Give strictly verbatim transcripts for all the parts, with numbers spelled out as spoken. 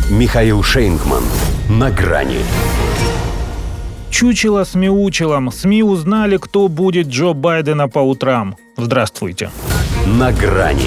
Михаил Шейнгман. На грани. Чучело с мяучелом. СМИ узнали, кто будет Джо Байдена по утрам. Здравствуйте. На грани.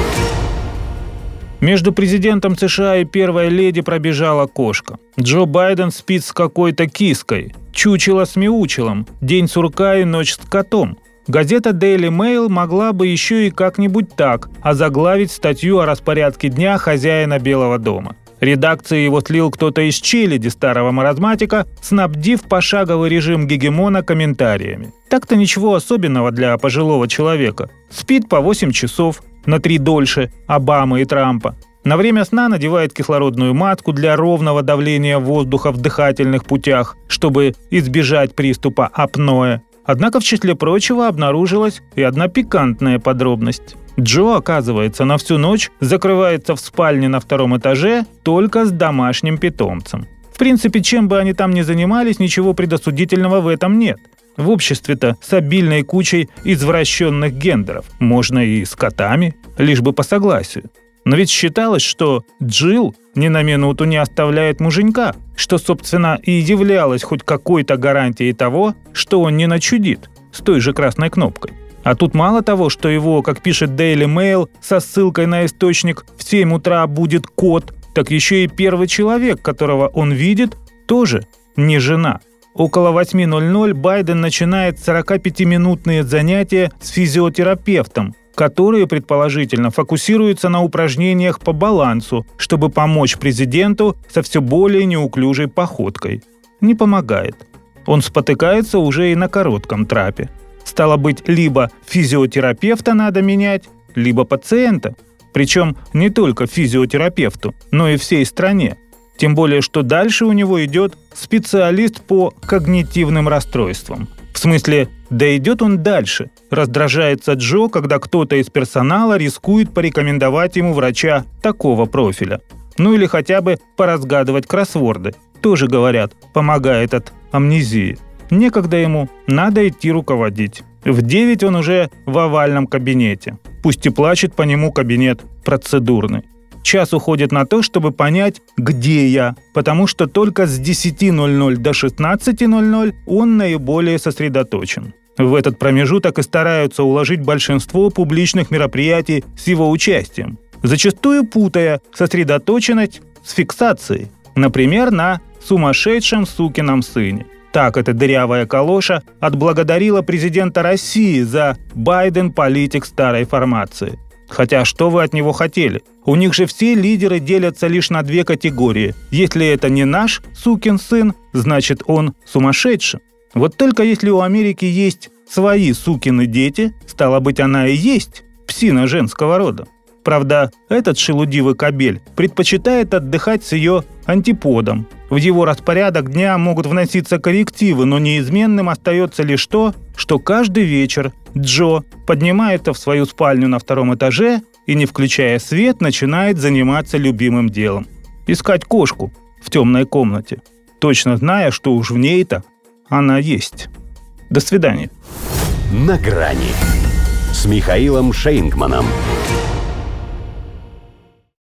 Между президентом США и первой леди пробежала кошка. Джо Байден спит с какой-то киской. Чучело с мяучелом. День сурка и ночь с котом. Газета Daily Mail могла бы еще и как-нибудь так озаглавить статью о распорядке дня хозяина Белого дома. Редакции его слил кто-то из челяди старого маразматика, снабдив пошаговый режим гегемона комментариями. Так-то ничего особенного для пожилого человека. Спит по восемь часов, на три дольше Обамы и Трампа. На время сна надевает кислородную маску для ровного давления воздуха в дыхательных путях, чтобы избежать приступа апноэ. Однако в числе прочего обнаружилась и одна пикантная подробность. Джо, оказывается, на всю ночь закрывается в спальне на втором этаже только с домашним питомцем. В принципе, чем бы они там ни занимались, ничего предосудительного в этом нет. В обществе-то с обильной кучей извращенных гендеров. Можно и с котами, лишь бы по согласию. Но ведь считалось, что Джилл ни на минуту не оставляет муженька, что, собственно, и являлось хоть какой-то гарантией того, что он не начудит с той же красной кнопкой. А тут мало того, что его, как пишет Daily Mail, со ссылкой на источник в семь утра будет кот, так еще и первый человек, которого он видит, тоже не жена. Около восемь ноль-ноль Байден начинает сорокапятиминутные занятия с физиотерапевтом, которые, предположительно, фокусируются на упражнениях по балансу, чтобы помочь президенту со все более неуклюжей походкой. Не помогает. Он спотыкается уже и на коротком трапе. Стало быть, либо физиотерапевта надо менять, либо пациента. Причем не только физиотерапевту, но и всей стране. Тем более, что дальше у него идет специалист по когнитивным расстройствам. В смысле, да идет он дальше. Раздражается Джо, когда кто-то из персонала рискует порекомендовать ему врача такого профиля. Ну или хотя бы поразгадывать кроссворды. Тоже, говорят, помогает от амнезии. Некогда ему, надо идти руководить. В девять он уже в овальном кабинете. Пусть и плачет по нему кабинет процедурный. Час уходит на то, чтобы понять, где я, потому что только с десяти ноль-ноль до шестнадцати ноль-ноль он наиболее сосредоточен. В этот промежуток и стараются уложить большинство публичных мероприятий с его участием, зачастую путая сосредоточенность с фиксацией, например, на сумасшедшем сукином сыне. Так эта дырявая калоша отблагодарила президента России за «Байден – политик старой формации». Хотя что вы от него хотели? У них же все лидеры делятся лишь на две категории. Если это не наш сукин сын, значит он сумасшедший. Вот только если у Америки есть свои сукины дети, стало быть, она и есть псина женского рода. Правда, этот шелудивый кобель предпочитает отдыхать с ее антиподом. В его распорядок дня могут вноситься коррективы, но неизменным остается лишь то, что каждый вечер Джо поднимается в свою спальню на втором этаже и, не включая свет, начинает заниматься любимым делом. Искать кошку в темной комнате, точно зная, что уж в ней-то она есть. До свидания. На грани с Михаилом Шейнгманом.